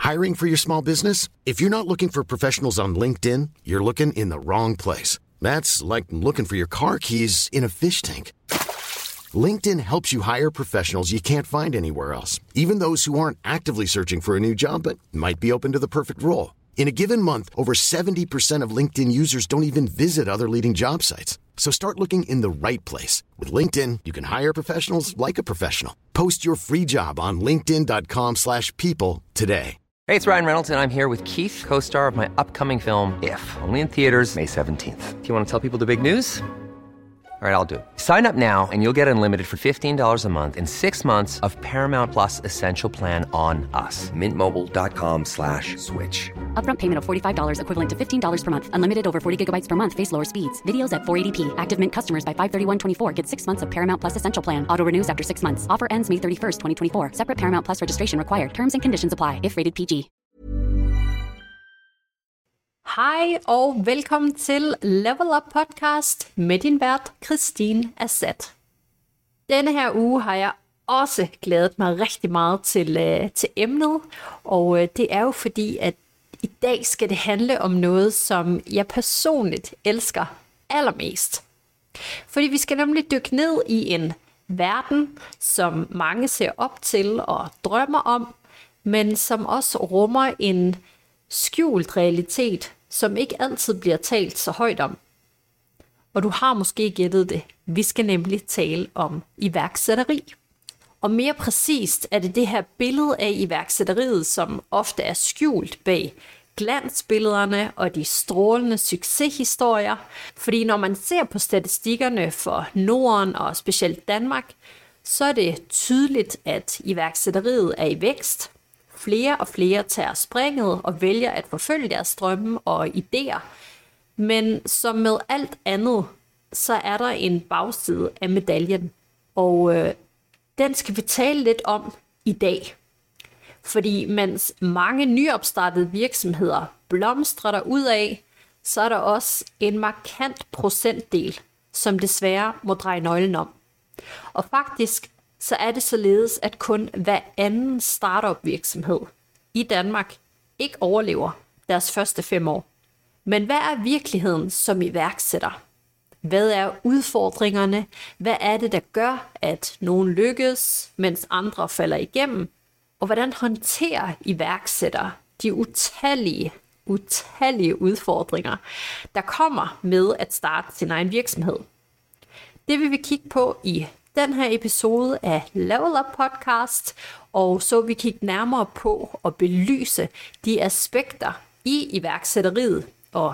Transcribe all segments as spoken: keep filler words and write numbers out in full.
Hiring for your small business? If you're not looking for professionals on LinkedIn, you're looking in the wrong place. That's like looking for your car keys in a fish tank. LinkedIn helps you hire professionals you can't find anywhere else, even those who aren't actively searching for a new job but might be open to the perfect role. In a given month, over seventy percent of LinkedIn users don't even visit other leading job sites. So start looking in the right place. With LinkedIn, you can hire professionals like a professional. Post your free job on linkedin dot com slash people today. Hey, it's Ryan Reynolds, and I'm here with Keith, co-star of my upcoming film, If, only in theaters May seventeenth. Do you want to tell people the big news? All right, I'll do it. Sign up now and you'll get unlimited for fifteen dollars a month and six months of Paramount Plus Essential Plan on us. Mint Mobile dot com slash switch. Upfront payment of forty-five dollars equivalent to fifteen dollars per month. Unlimited over forty gigabytes per month. Face lower speeds. Videos at four eighty p. Active Mint customers by five thirty-one twenty-four get six months of Paramount Plus Essential Plan. Auto renews after six months. Offer ends May thirty-first, twenty twenty-four. Separate Paramount Plus registration required. Terms and conditions apply if rated P G. Hej og velkommen til Level Up Podcast med din vært Christine Assad. Denne her uge har jeg også glædet mig rigtig meget til, øh, til emnet, og øh, det er jo fordi, at i dag skal det handle om noget, som jeg personligt elsker allermest. Fordi vi skal nemlig dykke ned i en verden, som mange ser op til og drømmer om, men som også rummer en skjult realitet, som ikke altid bliver talt så højt om. Og du har måske gættet det. Vi skal nemlig tale om iværksætteri. Og mere præcist er det det her billede af iværksætteriet, som ofte er skjult bag glansbillederne og de strålende succeshistorier. Fordi når man ser på statistikkerne for Norden og specielt Danmark, så er det tydeligt, at iværksætteriet er i vækst. Flere og flere tager springet og vælger at forfølge deres drømme og idéer. Men som med alt andet, så er der en bagside af medaljen. Og øh, den skal vi tale lidt om i dag. Fordi mens mange nyopstartede virksomheder blomstrer derudad, så er der også en markant procentdel, som desværre må dreje nøglen om. Og faktisk så er det således, at kun hver anden startup virksomhed i Danmark ikke overlever deres første fem år. Men hvad er virkeligheden som iværksætter? Hvad er udfordringerne? Hvad er det, der gør, at nogen lykkes, mens andre falder igennem? Og hvordan håndterer iværksættere de utallige, utallige udfordringer, der kommer med at starte sin egen virksomhed? Det vil vi kigge på i den her episode af Level Up Podcast, og så vi kigge nærmere på og belyse de aspekter i iværksætteriet og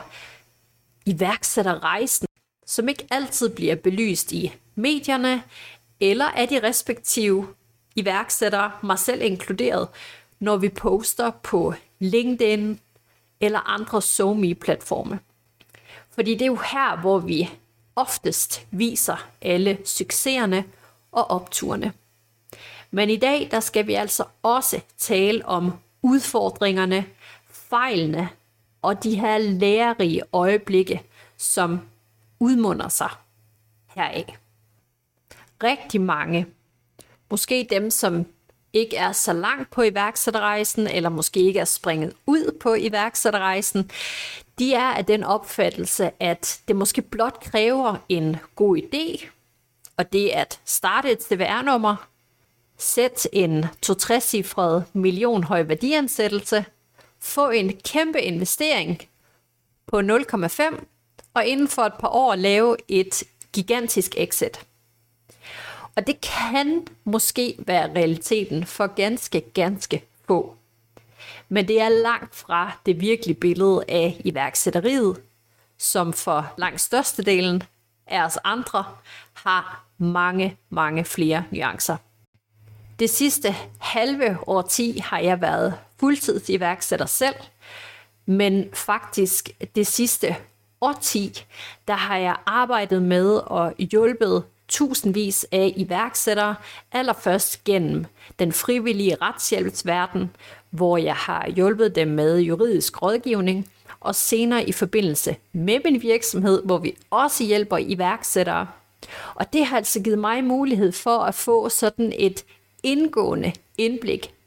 iværksætterrejsen, som ikke altid bliver belyst i medierne eller af de respektive iværksættere, mig selv inkluderet, når vi poster på LinkedIn eller andre SoMe-platforme. Fordi det er jo her, hvor vi oftest viser alle succeserne og opturene. Men i dag, der skal vi altså også tale om udfordringerne, fejlene og de her lærerige øjeblikke, som udmunder sig heraf. Rigtig mange, måske dem, som ikke er så langt på iværksætterrejsen, eller måske ikke er springet ud på iværksætterrejsen, de er af den opfattelse, at det måske blot kræver en god idé, og det at starte et C V R-nummer, sætte en to-tre-cifret millionhøj værdiansættelse, få en kæmpe investering på nul komma fem, og inden for et par år lave et gigantisk exit. Og det kan måske være realiteten for ganske, ganske få. Men det er langt fra det virkelige billede af iværksætteriet, som for langt størstedelen af os andre har mange, mange flere nuancer. Det sidste halve årti har jeg været fuldtids iværksætter selv, men faktisk det sidste årti, der har jeg arbejdet med og hjulpet tusindvis af iværksættere, allerførst gennem den frivillige retshjælpsverden, hvor jeg har hjulpet dem med juridisk rådgivning, og senere i forbindelse med min virksomhed, hvor vi også hjælper iværksættere. Og det har altså givet mig mulighed for at få sådan et indgående indblik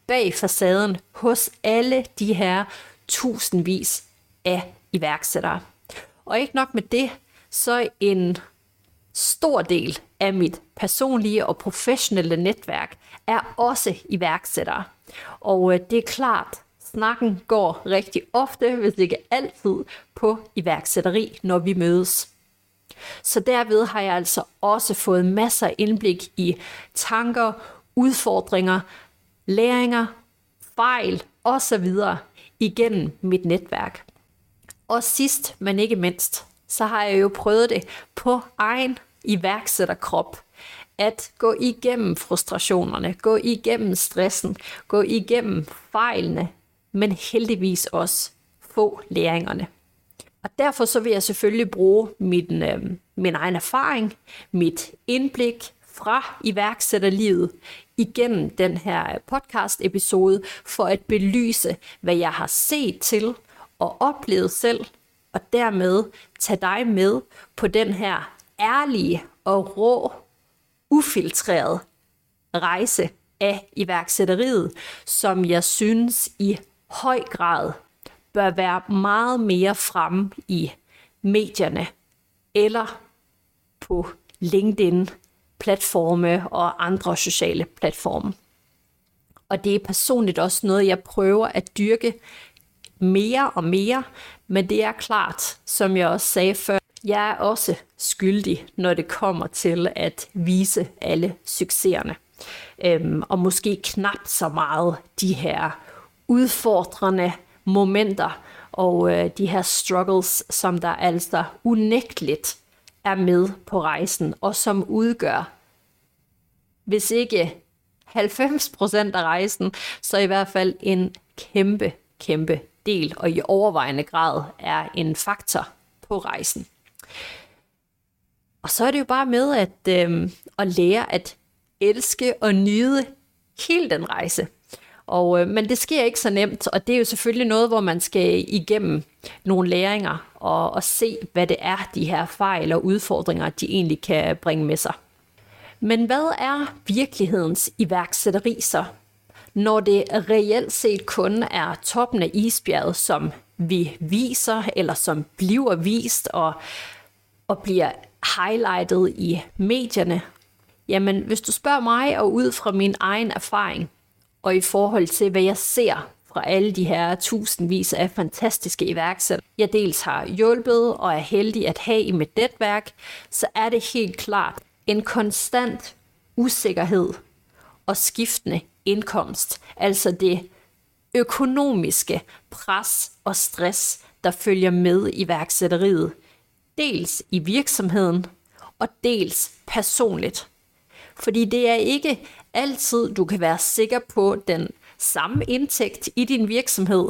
bag facaden hos alle de her tusindvis af iværksættere. Og ikke nok med det, så en stor del af mit personlige og professionelle netværk er også iværksættere. Og det er klart, snakken går rigtig ofte, hvis ikke altid, på iværksætteri, når vi mødes. Så derved har jeg altså også fået masser af indblik i tanker, udfordringer, læringer, fejl osv. igennem mit netværk. Og sidst, men ikke mindst, så har jeg jo prøvet det på egen iværksætterkrop. At gå igennem frustrationerne, gå igennem stressen, gå igennem fejlene, men heldigvis også få læringerne. Og derfor så vil jeg selvfølgelig bruge min, øh, min egen erfaring, mit indblik fra iværksætterlivet igennem den her podcast-episode for at belyse, hvad jeg har set til og oplevet selv, og dermed tage dig med på den her ærlige og rå, ufiltrerede rejse af iværksætteriet, som jeg synes i høj grad bør være meget mere fremme i medierne eller på LinkedIn-platforme og andre sociale platforme. Og det er personligt også noget, jeg prøver at dyrke mere og mere, men det er klart, som jeg også sagde før, jeg er også skyldig, når det kommer til at vise alle succeserne. Øhm, og måske knap så meget de her udfordrende momenter og øh, de her struggles, som der altså unægteligt er med på rejsen, og som udgør, hvis ikke halvfems procent af rejsen, så i hvert fald en kæmpe, kæmpe del, og i overvejende grad er en faktor på rejsen. Og så er det jo bare med at, øh, at lære at elske og nyde hele den rejse. Og, øh, men det sker ikke så nemt, og det er jo selvfølgelig noget, hvor man skal igennem nogle læringer og, og se, hvad det er, de her fejl og udfordringer, de egentlig kan bringe med sig. Men hvad er virkelighedens iværksætteri så, når det reelt set kun er toppen af isbjerget, som vi viser, eller som bliver vist og, og bliver highlightet i medierne? Jamen, hvis du spørger mig, og ud fra min egen erfaring, og i forhold til, hvad jeg ser fra alle de her tusindvis af fantastiske iværksættere, jeg dels har hjulpet og er heldig at have i mit netværk, så er det helt klart en konstant usikkerhed og skiftende indkomst. Altså det økonomiske pres og stress, der følger med iværksætteriet. Dels i virksomheden og dels personligt. Fordi det er ikke altid, du kan være sikker på den samme indtægt i din virksomhed.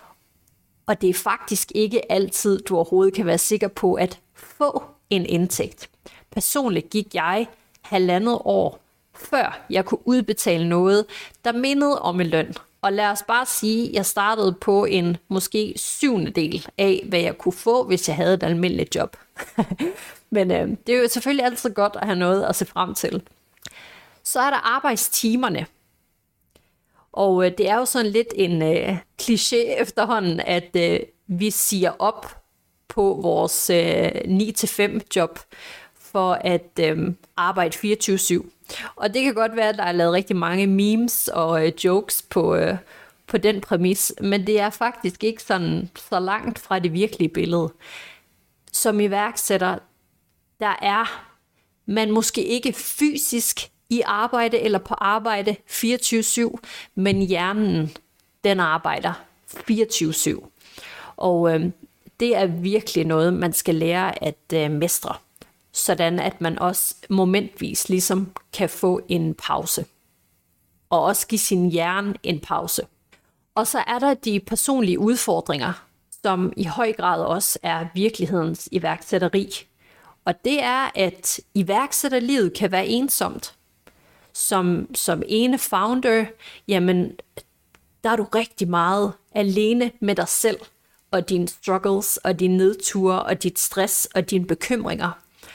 Og det er faktisk ikke altid, du overhovedet kan være sikker på at få en indtægt. Personligt gik jeg halvandet år, før jeg kunne udbetale noget, der mindede om en løn. Og lad os bare sige, at jeg startede på en måske syvende del af, hvad jeg kunne få, hvis jeg havde et almindeligt job. Men øh, det er jo selvfølgelig altid godt at have noget at se frem til. Så er der arbejdstimerne. Og øh, det er jo sådan lidt en øh, kliché efterhånden, at øh, vi siger op på vores øh, ni til fem job for at øh, arbejde fireogtyve syv. Og det kan godt være, at der er lavet rigtig mange memes og øh, jokes på, øh, på den præmis, men det er faktisk ikke sådan så langt fra det virkelige billede. Som iværksætter, der er man måske ikke fysisk i arbejde eller på arbejde fireogtyve syv, men hjernen, den arbejder fireogtyve syv. Og øh, det er virkelig noget, man skal lære at øh, mestre, sådan at man også momentvis ligesom kan få en pause. Og også give sin hjerne en pause. Og så er der de personlige udfordringer, som i høj grad også er virkelighedens iværksætteri. Og det er, at iværksætterlivet kan være ensomt. Som, som ene founder, jamen, der er du rigtig meget alene med dig selv, og dine struggles, og dine nedture, og dit stress, og dine bekymringer.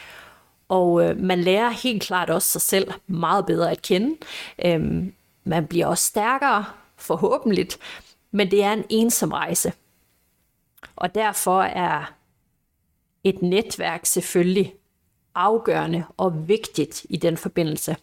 Og øh, man lærer helt klart også sig selv meget bedre at kende. Øhm, man bliver også stærkere, forhåbentlig, men det er en ensom rejse. Og derfor er et netværk selvfølgelig afgørende og vigtigt i den forbindelse.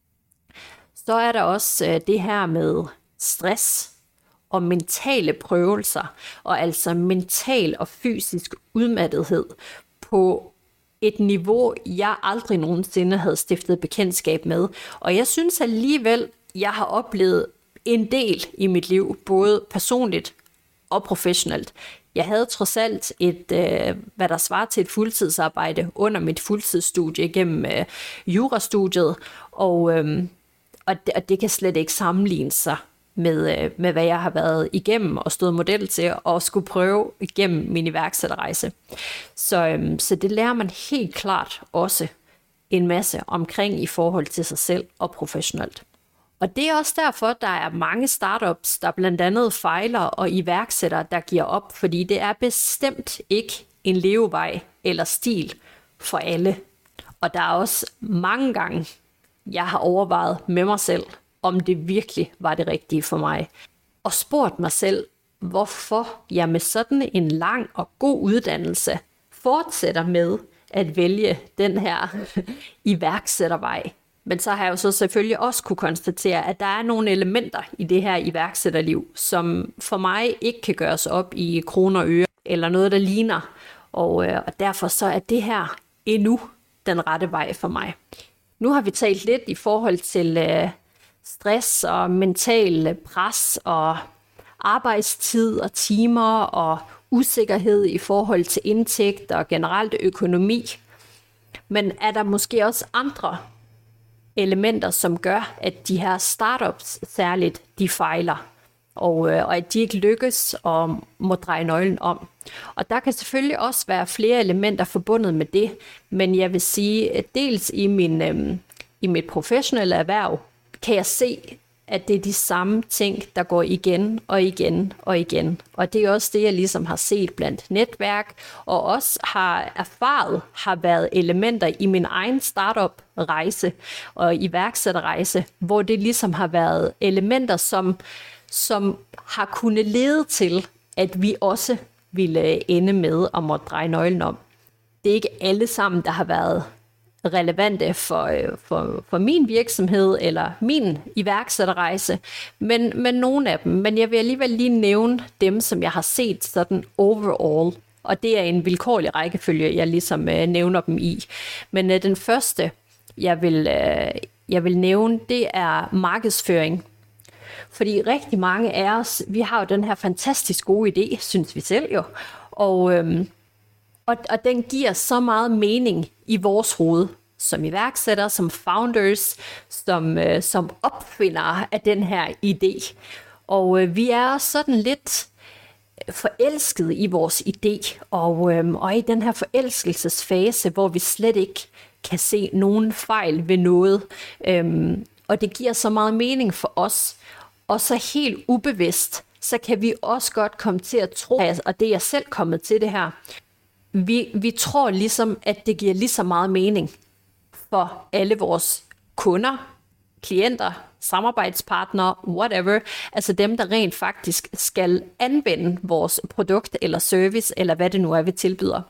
Så er der også det her med stress og mentale prøvelser, og altså mental og fysisk udmattethed på et niveau, jeg aldrig nogensinde havde stiftet bekendtskab med. Og jeg synes alligevel, jeg har oplevet en del i mit liv, både personligt og professionelt. Jeg havde trods alt et, øh, hvad der svarer til et fuldtidsarbejde under mit fuldtidsstudie gennem øh, jurastudiet, og, øh, og, det, og det kan slet ikke sammenligne sig med, øh, med, hvad jeg har været igennem og stået model til og skulle prøve igennem min iværksætterrejse. Så, øh, så det lærer man helt klart også en masse omkring i forhold til sig selv og professionelt. Og det er også derfor, der er mange startups, der blandt andet fejler, og iværksættere, der giver op, fordi det er bestemt ikke en levevej eller stil for alle. Og der er også mange gange, jeg har overvejet med mig selv, om det virkelig var det rigtige for mig. Og spurgt mig selv, hvorfor jeg med sådan en lang og god uddannelse fortsætter med at vælge den her iværksættervej. Men så har jeg jo så selvfølgelig også kunne konstatere, at der er nogle elementer i det her iværksætterliv, som for mig ikke kan gøres op i kroner og øre, eller noget, der ligner. Og, øh, og derfor så er det her endnu den rette vej for mig. Nu har vi talt lidt i forhold til øh, stress og mental pres og arbejdstid og timer og usikkerhed i forhold til indtægt og generelt økonomi. Men er der måske også andre elementer, som gør, at de her startups særligt, de fejler, og, øh, og at de ikke lykkes og må dreje nøglen om. Og der kan selvfølgelig også være flere elementer forbundet med det, men jeg vil sige, at dels i, min, øh, i mit professionelle erhverv, kan jeg se, at det er de samme ting, der går igen og igen og igen. Og det er også det, jeg ligesom har set blandt netværk, og også har erfaret, har været elementer i min egen startup-rejse og iværksætterrejse, hvor det ligesom har været elementer, som, som har kunnet lede til, at vi også ville ende med at måtte dreje nøglen om. Det er ikke alle sammen, der har været relevante for, for, for min virksomhed eller min iværksætterrejse, men, men nogle af dem. Men jeg vil alligevel lige nævne dem, som jeg har set sådan overall, og det er en vilkårlig rækkefølge, jeg ligesom øh, nævner dem i. Men øh, den første, jeg vil, øh, jeg vil nævne, det er markedsføring. Fordi rigtig mange af os, vi har jo den her fantastisk gode idé, synes vi selv jo, og øh, Og, og den giver så meget mening i vores hoved, som iværksættere, som founders, som, øh, som opfindere af den her idé. Og øh, vi er også sådan lidt forelsket i vores idé, og, øh, og i den her forelskelsesfase, hvor vi slet ikke kan se nogen fejl ved noget. Øh, og det giver så meget mening for os, og så helt ubevidst, så kan vi også godt komme til at tro, og det er jeg selv kommet til det her, Vi, vi tror ligesom, at det giver lige så meget mening for alle vores kunder, klienter, samarbejdspartnere, whatever. Altså dem, der rent faktisk skal anvende vores produkt eller service, eller hvad det nu er, vi tilbyder.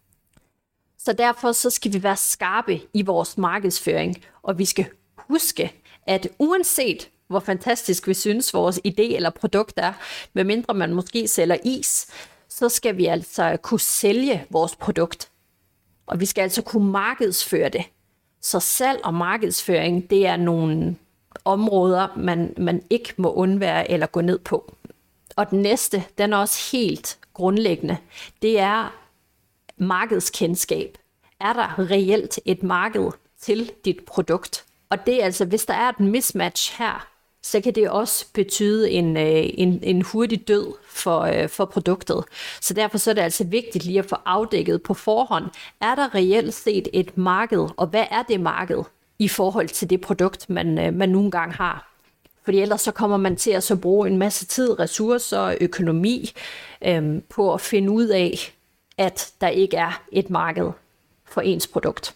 Så derfor så skal vi være skarpe i vores markedsføring, og vi skal huske, at uanset hvor fantastisk vi synes vores idé eller produkt er, medmindre man måske sælger is, så skal vi altså kunne sælge vores produkt. Og vi skal altså kunne markedsføre det. Så salg og markedsføring, det er nogle områder, man, man ikke må undvære eller gå ned på. Og den næste, den er også helt grundlæggende. Det er markedskendskab. Er der reelt et marked til dit produkt? Og det er altså, hvis der er et mismatch her, så kan det også betyde en, en, en hurtig død for, for produktet. Så derfor så er det altså vigtigt lige at få afdækket på forhånd, er der reelt set et marked, og hvad er det marked i forhold til det produkt, man, man nogle gange har? Fordi ellers så kommer man til at så bruge en masse tid, ressourcer og økonomi øhm, på at finde ud af, at der ikke er et marked for ens produkt.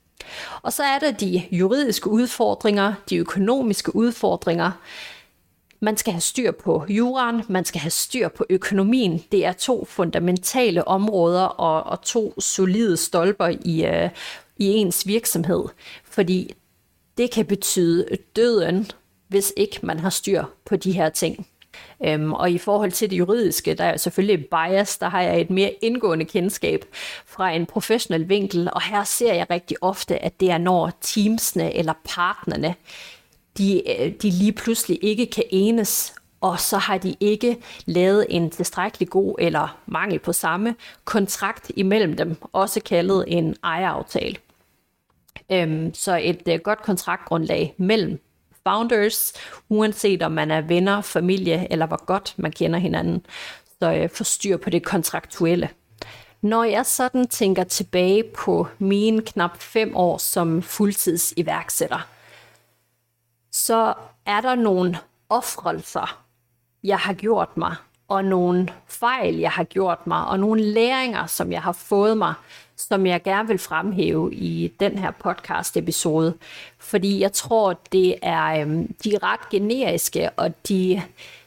Og så er der de juridiske udfordringer, de økonomiske udfordringer. Man skal have styr på juraen, man skal have styr på økonomien. Det er to fundamentale områder og, og to solide stolper i, øh, i ens virksomhed, fordi det kan betyde døden, hvis ikke man har styr på de her ting. Øhm, og i forhold til det juridiske, der er selvfølgelig bias, der har jeg et mere indgående kendskab fra en professionel vinkel, og her ser jeg rigtig ofte, at det er når teamsene eller partnerne, de, de lige pludselig ikke kan enes, og så har de ikke lavet en tilstrækkelig god eller mangel på samme kontrakt imellem dem, også kaldet en ejeraftale. Øhm, så et uh, godt kontraktgrundlag mellem founders, uanset om man er venner, familie eller hvor godt man kender hinanden, så uh, få styr på det kontraktuelle. Når jeg sådan tænker tilbage på mine knap fem år som fuldtids iværksætter, så er der nogle ofrelser, jeg har gjort mig, og nogle fejl, jeg har gjort mig, og nogle læringer, som jeg har fået mig, som jeg gerne vil fremhæve i den her podcast-episode. Fordi jeg tror, det er, øhm, de er ret generiske, og de,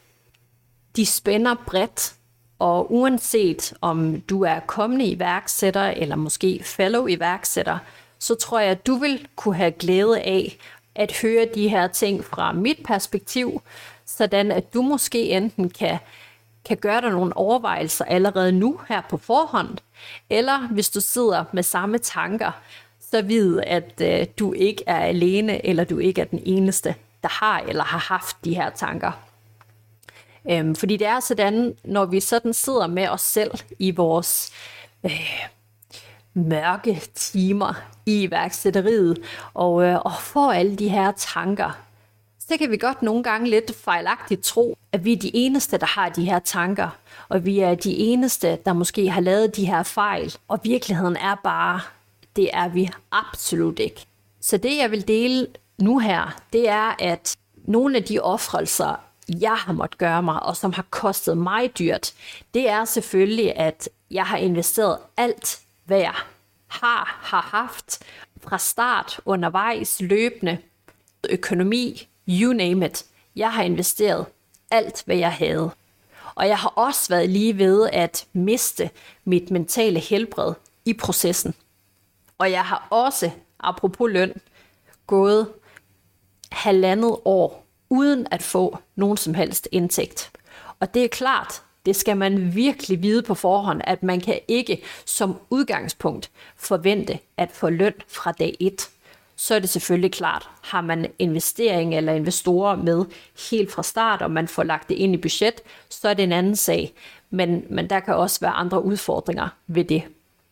de spænder bredt. Og uanset om du er kommende iværksætter, eller måske fellow iværksætter, så tror jeg, at du vil kunne have glæde af at høre de her ting fra mit perspektiv, sådan at du måske enten kan, kan gøre dig nogle overvejelser allerede nu her på forhånd, eller hvis du sidder med samme tanker, så vid, at øh, du ikke er alene, eller du ikke er den eneste, der har eller har haft de her tanker. Øhm, fordi det er sådan, når vi sådan sidder med os selv i vores øh, mørke timer i iværksætteriet, og, øh, og får alle de her tanker, så kan vi godt nogle gange lidt fejlagtigt tro, at vi er de eneste, der har de her tanker, og vi er de eneste, der måske har lavet de her fejl, og virkeligheden er bare, det er vi absolut ikke. Så det, jeg vil dele nu her, det er, at nogle af de ofrelser, jeg har måttet gøre mig, og som har kostet mig dyrt, det er selvfølgelig, at jeg har investeret alt, hvad jeg har, har haft, fra start, undervejs, løbende, økonomi, you name it. Jeg har investeret alt, hvad jeg havde. Og jeg har også været lige ved at miste mit mentale helbred i processen. Og jeg har også, apropos løn, gået halvandet år uden at få nogen som helst indtægt. Og det er klart, det skal man virkelig vide på forhånd, at man kan ikke som udgangspunkt forvente at få løn fra dag et. Så er det selvfølgelig klart, har man investering eller investorer med helt fra start, og man får lagt det ind i budget, så er det en anden sag. Men, men der kan også være andre udfordringer ved det.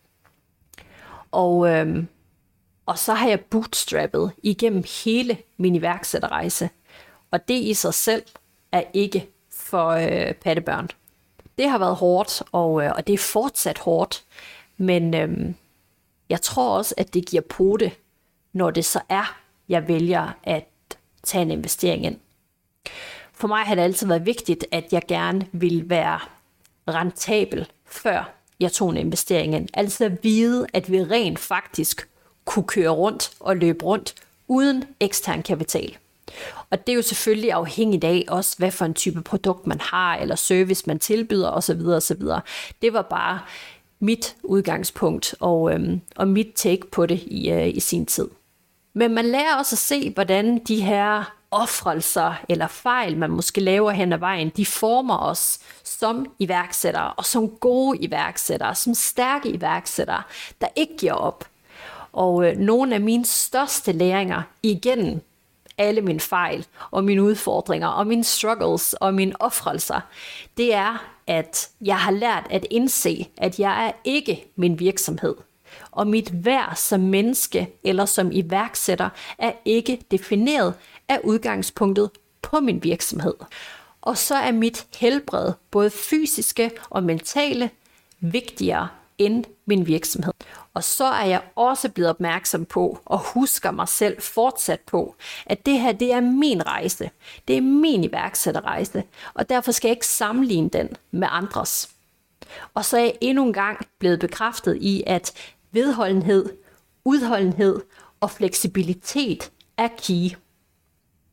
Og, øhm, og så har jeg bootstrappet igennem hele min iværksætterrejse. Og det i sig selv er ikke for øh, pattebørn. Det har været hårdt, og, øh, og det er fortsat hårdt. Men øh, jeg tror også, at det giver pote, når det så er, jeg vælger at tage en investering ind. For mig har det altid været vigtigt, at jeg gerne vil være rentabel, før jeg tog en investering ind. Altså at vide, at vi rent faktisk kunne køre rundt og løbe rundt uden ekstern kapital. Og det er jo selvfølgelig afhængigt af også, hvad for en type produkt man har, eller service man tilbyder osv. osv. Det var bare mit udgangspunkt og, øhm, og mit take på det i, øh, i sin tid. Men man lærer også at se, hvordan de her ofrelser eller fejl, man måske laver hen ad vejen, de former os som iværksættere, og som gode iværksættere, som stærke iværksættere, der ikke giver op. Og øh, nogle af mine største læringer igennem alle mine fejl, og mine udfordringer, og mine struggles, og mine ofrelser, det er, at jeg har lært at indse, at jeg er ikke min virksomhed. Og mit værd som menneske eller som iværksætter er ikke defineret af udgangspunktet på min virksomhed. Og så er mit helbred, både fysiske og mentale, vigtigere end min virksomhed. Og så er jeg også blevet opmærksom på, og husker mig selv fortsat på, at det her, det er min rejse. Det er min iværksætterrejse, og derfor skal jeg ikke sammenligne den med andres. Og så er jeg endnu en gang blevet bekræftet i, at vedholdenhed, udholdenhed og fleksibilitet er key.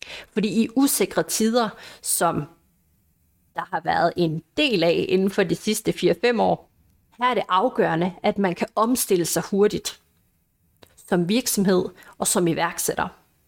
Fordi i usikre tider, som der har været en del af inden for de sidste fire fem år, her er det afgørende, at man kan omstille sig hurtigt som virksomhed og som iværksætter.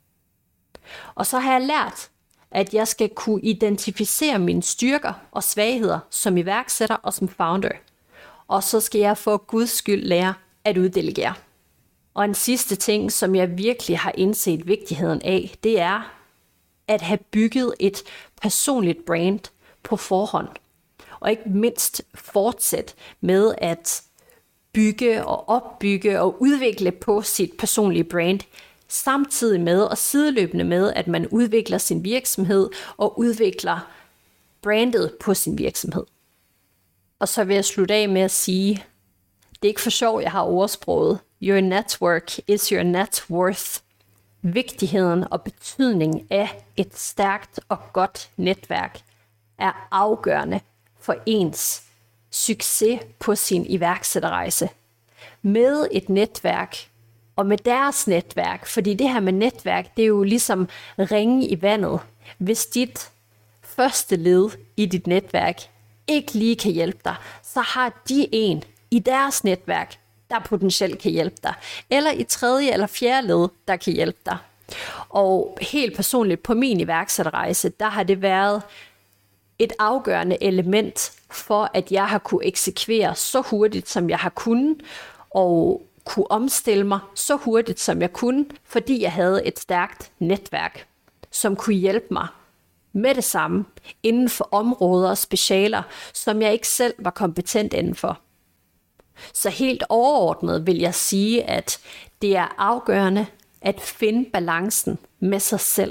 Og så har jeg lært, at jeg skal kunne identificere mine styrker og svagheder som iværksætter og som founder. Og så skal jeg for Guds skyld lære at uddelegere. Og en sidste ting, som jeg virkelig har indset vigtigheden af, det er at have bygget et personligt brand på forhånd. Og ikke mindst fortsætte med at bygge og opbygge og udvikle på sit personlige brand, samtidig med og sideløbende med, at man udvikler sin virksomhed og udvikler brandet på sin virksomhed. Og så vil jeg slutte af med at sige, det er ikke for sjov, jeg har ordsproget. Your network is your net worth. Vigtigheden og betydningen af et stærkt og godt netværk er afgørende for ens succes på sin iværksætterrejse. Med et netværk og med deres netværk, fordi det her med netværk, det er jo ligesom ringe i vandet. Hvis dit første led i dit netværk ikke lige kan hjælpe dig, så har de en i deres netværk, der potentielt kan hjælpe dig. Eller i tredje eller fjerde led, der kan hjælpe dig. Og helt personligt på min iværksætterrejse, der har det været et afgørende element for, at jeg har kunne eksekvere så hurtigt, som jeg har kunnet, og kunne omstille mig så hurtigt, som jeg kunne, fordi jeg havde et stærkt netværk, som kunne hjælpe mig med det samme inden for områder og specialer, som jeg ikke selv var kompetent inden for. Så helt overordnet vil jeg sige, at det er afgørende at finde balancen med sig selv,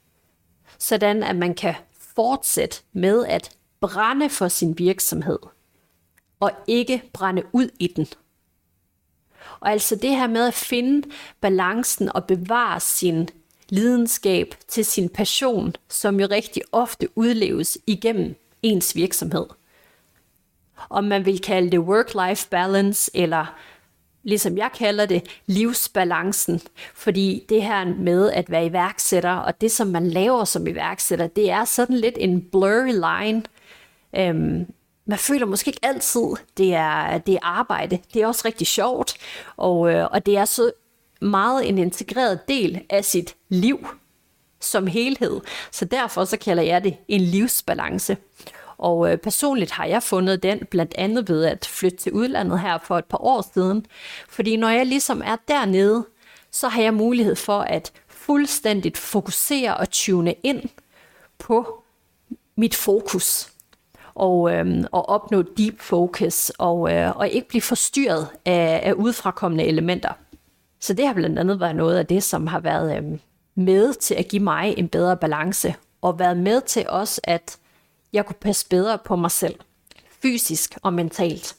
sådan at man kan fortsætte med at brænde for sin virksomhed, og ikke brænde ud i den. Og altså det her med at finde balancen og bevare sin lidenskab til sin passion, som jo rigtig ofte udleves igennem ens virksomhed. Om man vil kalde det work-life balance, eller ligesom jeg kalder det, livsbalancen. Fordi det her med at være iværksætter, og det som man laver som iværksætter, det er sådan lidt en blurry line. Øhm, man føler måske ikke altid, det er, det er arbejde. Det er også rigtig sjovt, og, øh, og det er så meget en integreret del af sit liv som helhed. Så derfor så kalder jeg det en livsbalance. Og øh, personligt har jeg fundet den blandt andet ved at flytte til udlandet her for et par år siden. Fordi når jeg ligesom er dernede, så har jeg mulighed for at fuldstændigt fokusere og tune ind på mit fokus. Og, øh, og opnå deep focus og, øh, og ikke blive forstyrret af, af udefrakommende elementer. Så det har blandt andet været noget af det, som har været øh, med til at give mig en bedre balance. Og været med til også, at jeg kunne passe bedre på mig selv, fysisk og mentalt.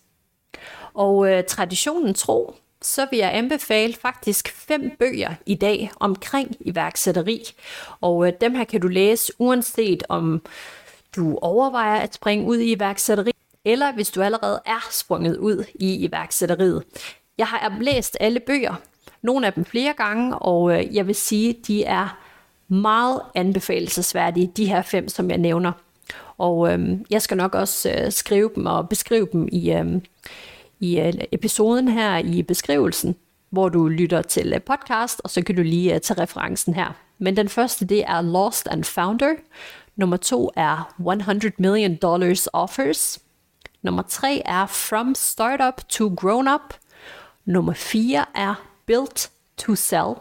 Og øh, traditionen tro, så vil jeg anbefale faktisk fem bøger i dag omkring iværksætteri. Og øh, dem her kan du læse uanset om du overvejer at springe ud i iværksætteri, eller hvis du allerede er sprunget ud i iværksætteriet. Jeg har læst alle bøger, nogle af dem flere gange, og øh, jeg vil sige, de er meget anbefalelsesværdige, de her fem, som jeg nævner. Og øhm, jeg skal nok også øh, skrive dem og beskrive dem i, øhm, i øh, episoden her i beskrivelsen, hvor du lytter til øh, podcast, og så kan du lige øh, tage referencen her. Men den første, det er Lost and Founder. Nummer to er hundrede million dollars offers. Nummer tre er From Startup to Grown Up. Nummer fire er Built to Sell.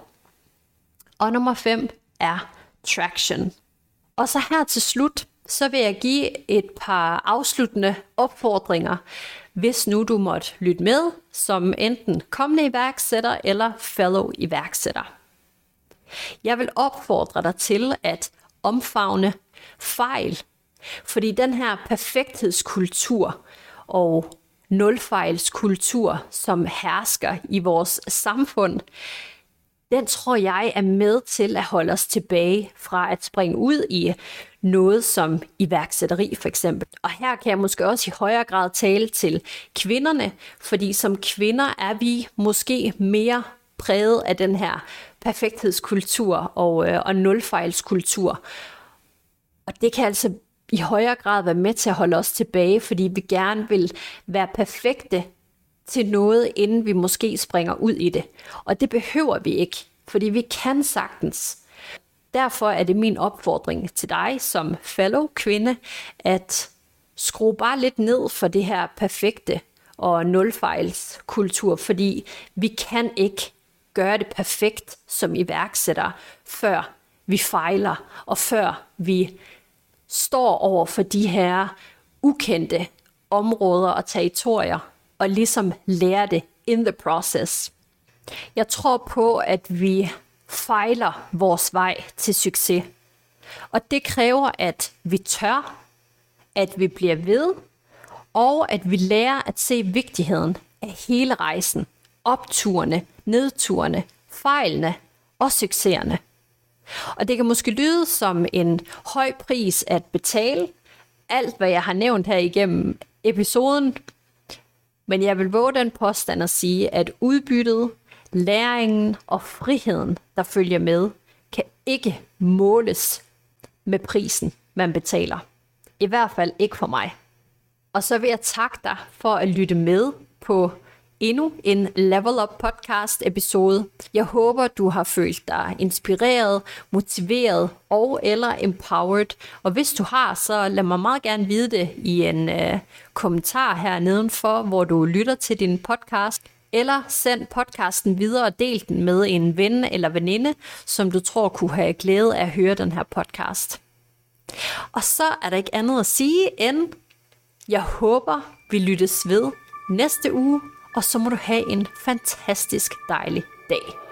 Og nummer fem er Traction. Og så her til slut, så vil jeg give et par afsluttende opfordringer, hvis nu du måtte lytte med som enten kommende iværksætter eller fellow iværksætter. Jeg vil opfordre dig til at omfavne fejl, fordi den her perfekthedskultur og nulfejlskultur, som hersker i vores samfund, den tror jeg er med til at holde os tilbage fra at springe ud i noget som iværksætteri for eksempel. Og her kan jeg måske også i højere grad tale til kvinderne, fordi som kvinder er vi måske mere præget af den her perfekthedskultur og, øh, og nulfejlskultur. Og det kan altså i højere grad være med til at holde os tilbage, fordi vi gerne vil være perfekte til noget, inden vi måske springer ud i det. Og det behøver vi ikke, fordi vi kan sagtens. Derfor er det min opfordring til dig som fellow kvinde, at skrue bare lidt ned for det her perfekte og nulfejlskultur, fordi vi kan ikke gøre det perfekt som iværksætter, før vi fejler, og før vi står over for de her ukendte områder og territorier, og ligesom lærer det in the process. Jeg tror på, at vi fejler vores vej til succes. Og det kræver, at vi tør, at vi bliver ved, og at vi lærer at se vigtigheden af hele rejsen. Opturene, nedturene, fejlene og succeserne. Og det kan måske lyde som en høj pris at betale, alt hvad jeg har nævnt her igennem episoden, men jeg vil våge den påstand at sige, at udbyttet, læringen og friheden, der følger med, kan ikke måles med prisen, man betaler. I hvert fald ikke for mig. Og så vil jeg takke dig for at lytte med på endnu en Level Up podcast episode. Jeg håber, du har følt dig inspireret, motiveret og eller empowered. Og hvis du har, så lad mig meget gerne vide det i en øh, kommentar her nedenfor, hvor du lytter til din podcast. Eller send podcasten videre og del den med en ven eller veninde, som du tror kunne have glæde af at høre den her podcast. Og så er der ikke andet at sige end, jeg håber, vi lyttes ved næste uge, og så må du have en fantastisk dejlig dag.